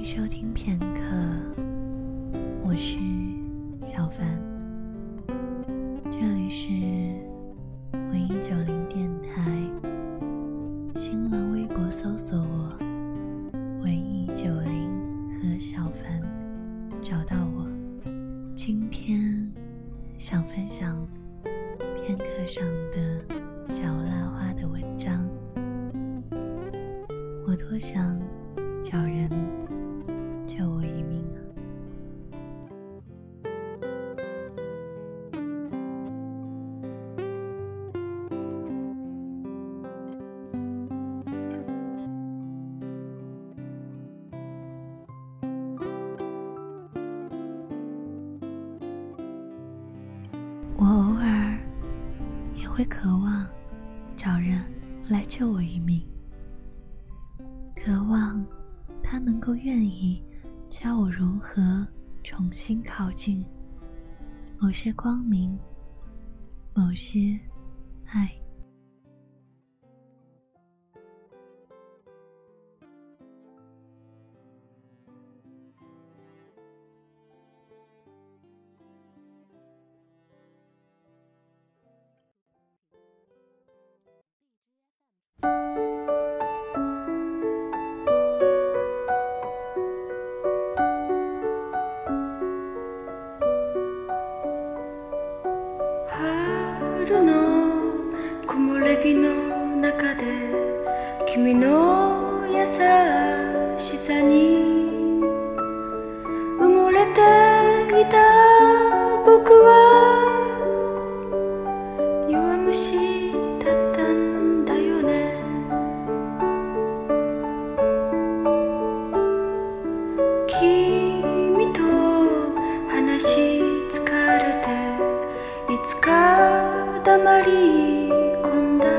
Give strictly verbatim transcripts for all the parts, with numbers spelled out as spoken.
收听片刻，我是小凡，这里是文艺九零电台，新浪微博搜索我文艺九零和小凡找到我。今天想分享片刻上的小蜡花的文章，我多想找人救我一命啊！我偶尔也会渴望找人来救我一命，渴望他能够愿意教我如何重新靠近某些光明，某些爱。 春の木漏れ日の中で君の優しさに埋もれていた僕は弱虫だったんだよね。君と話し疲れていつか黙り込んだ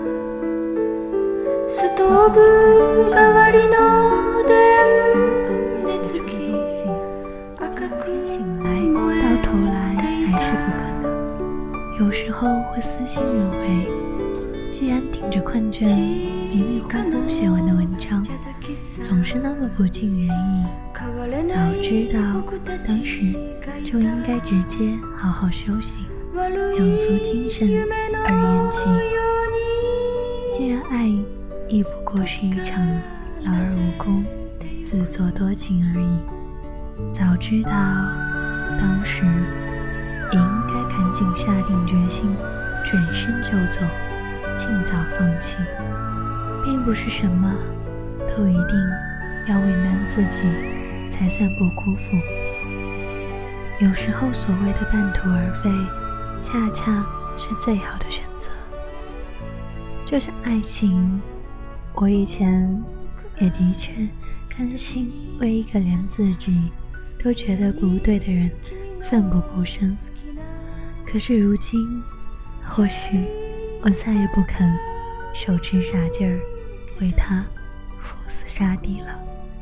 ストーブ代わりの電熱器赤く醒来到头来还是不可能。有时候会私心认为，既然顶着困倦迷迷糊糊写完的文章总是那么不尽人意，早知道当时就应该直接好好休息，养足精神而言起。既然爱亦不过是一场劳而无功、自作多情而已，早知道当时也应该赶紧下定决心，转身就走，尽早放弃，并不是什么都一定要为难自己才算不辜负。有时候所谓的半途而废，恰恰是最好的选择。就像爱情，我以前也的确甘心为一个连自己都觉得不对的人奋不顾身，可是如今或许我再也不肯手持傻劲儿为他赴死杀敌了。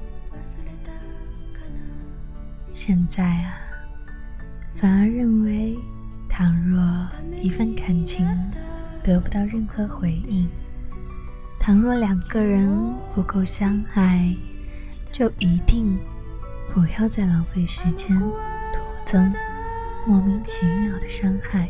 现在啊，反而认为倘若一份感情得不到任何回应，倘若两个人不够相爱，就一定不要再浪费时间徒增莫名其妙的伤害。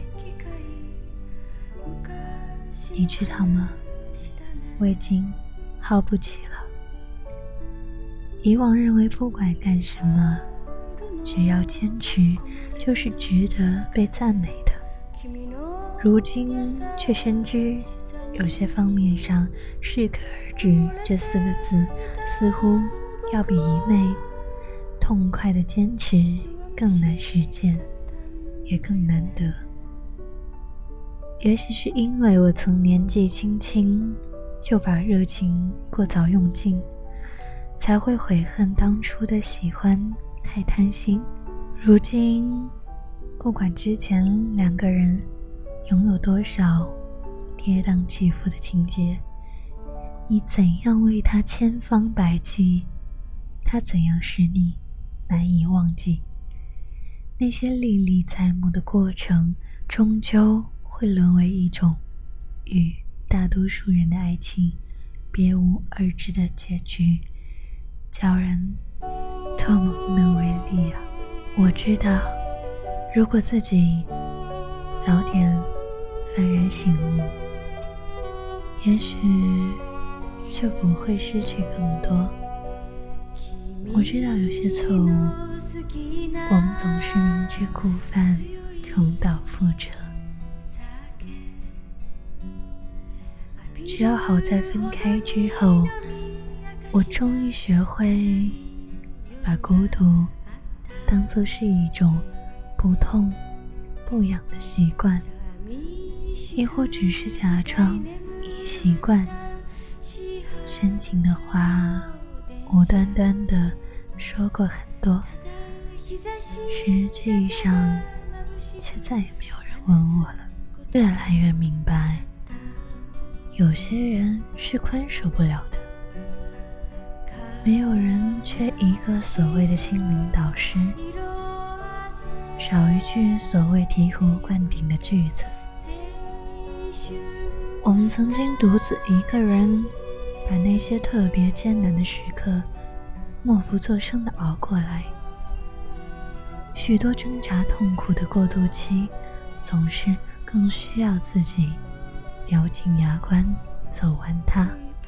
你知道吗？我已经耗不起了。以往认为不管干什么，只要坚持就是值得被赞美的，如今却深知有些方面上适可而止这四个字似乎要比一昧痛快的坚持更难实践，也更难得。也许是因为我曾年纪轻轻就把热情过早用尽，才会悔恨当初的喜欢太贪心。如今不管之前两个人拥有多少跌宕起伏的情节，你怎样为他千方百计，他怎样使你难以忘记，那些历历在目的过程终究会沦为一种与大多数人的爱情别无二致的结局，叫人多么无能为力啊！我知道，如果自己早点幡然醒悟，也许就不会失去更多。我知道有些错误，我们总是明知故犯，重蹈覆辙。只要好在分开之后，我终于学会把孤独当作是一种不痛不痒的习惯，亦或只是假装已习惯。深情的话无端端的说过很多，实际上却再也没有人问我了。越来越明白，有些人是宽恕不了的。没有人缺一个所谓的心灵导师，少一句所谓醍醐灌顶的句子。我们曾经独自一个人把那些特别艰难的时刻默不作声地熬过来。许多挣扎痛苦的过渡期，总是更需要自己咬紧牙关走完它，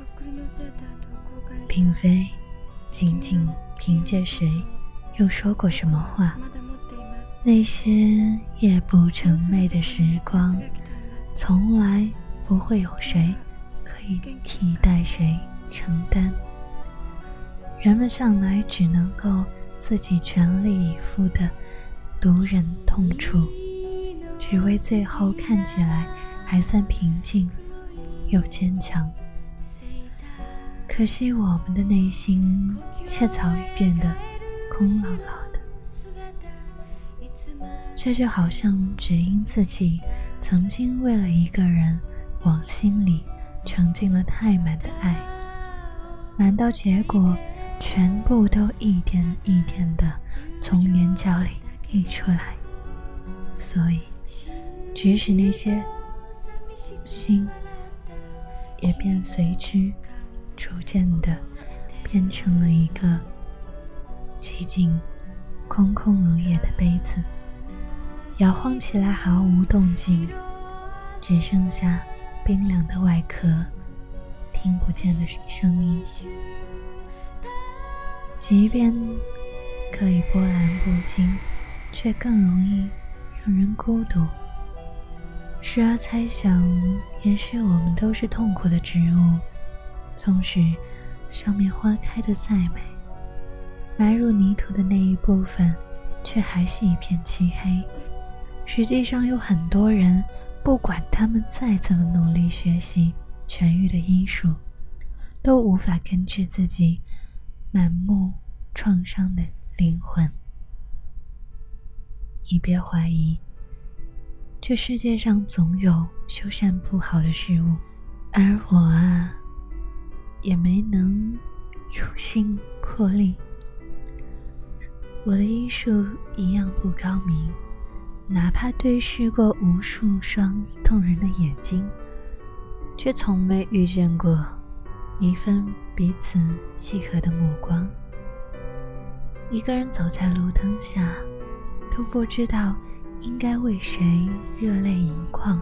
并非仅仅凭借谁又说过什么话。那些夜不成寐的时光，从来不会有谁可以替代谁承担。人们向来只能够自己全力以赴地独忍痛楚，只为最后看起来还算平静又坚强。可惜我们的内心却早已变得空落落的。这就好像只因自己曾经为了一个人往心里盛进了太满的爱，满到结果全部都一点一点的从眼角里溢出来，所以即使那些心也便随之逐渐的变成了一个寂静空空如也的杯子，摇晃起来毫无动静，只剩下冰凉的外壳，听不见的声音。即便可以波澜不惊，却更容易让人孤独。时而猜想，也许我们都是痛苦的植物，纵使上面花开得再美，埋入泥土的那一部分却还是一片漆黑。实际上有很多人，不管他们再怎么努力学习痊愈的医术，都无法根治自己满目创伤的灵魂。你别怀疑，这世界上总有修缮不好的事物，而我啊，也没能有幸破例。我的医术一样不高明，哪怕对视过无数双动人的眼睛，却从没遇见过一份彼此契合的目光。一个人走在路灯下，都不知道应该为谁热泪盈眶。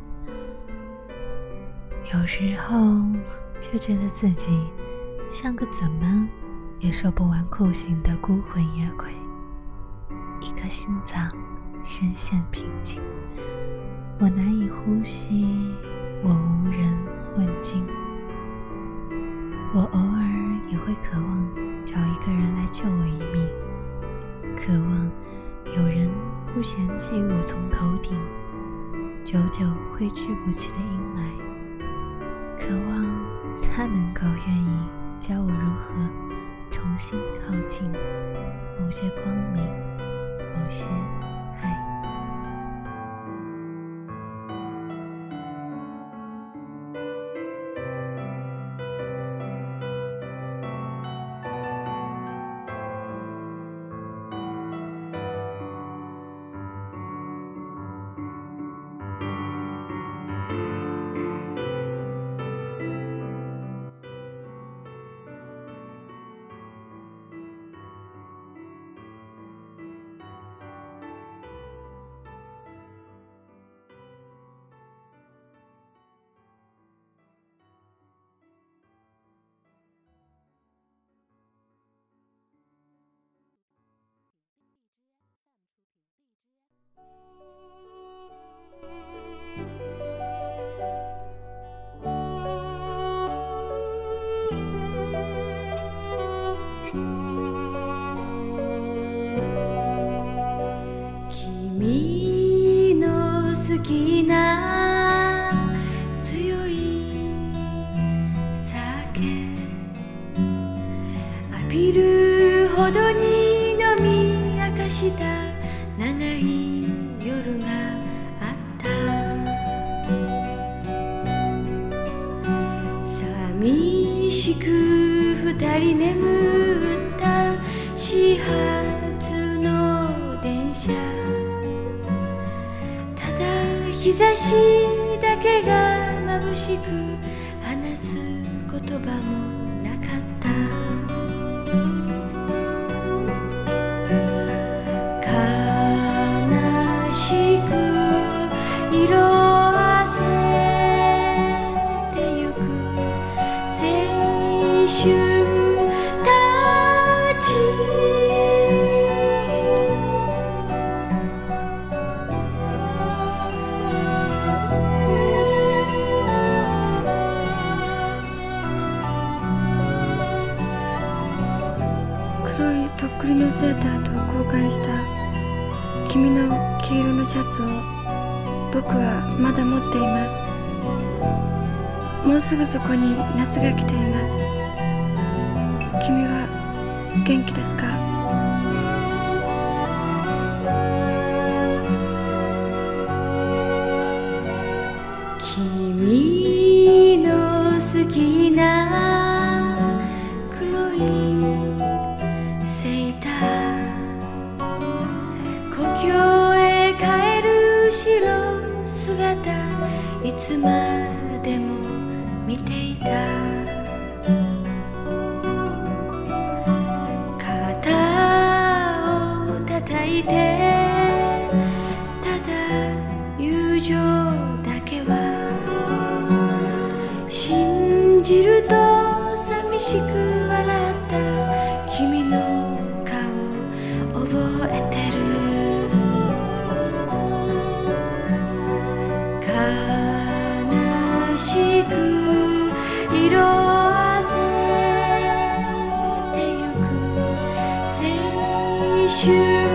有时候就觉得自己像个怎么也说不完酷刑的孤魂野鬼，一颗心脏深陷瓶颈，我难以呼吸，我无人问津。我偶尔也会渴望找一个人来救我一命，渴望有人不嫌弃我从头顶久久挥之不去的阴霾，渴望他能够愿意教我如何重新靠近某些光明，某些爱。 君の好きな強い酒浴びるほどに飲み明かした長い夜があった寂しく二人眠った始発の電車ただ日差しだけが眩しく話す言葉もなかった悲しく色あせてゆく青春たち黒いとっくりのセーターと交換した君の黄色のシャツを僕はまだ持っています。もうすぐそこに夏が来ています。君は元気ですか？君の好きな黒いセーター故郷へ帰る後ろ姿いつまでも見ていた肩を叩いてただ友情だけは信じると寂しく笑った君の顔覚えてる悲しく色あせてゆく青春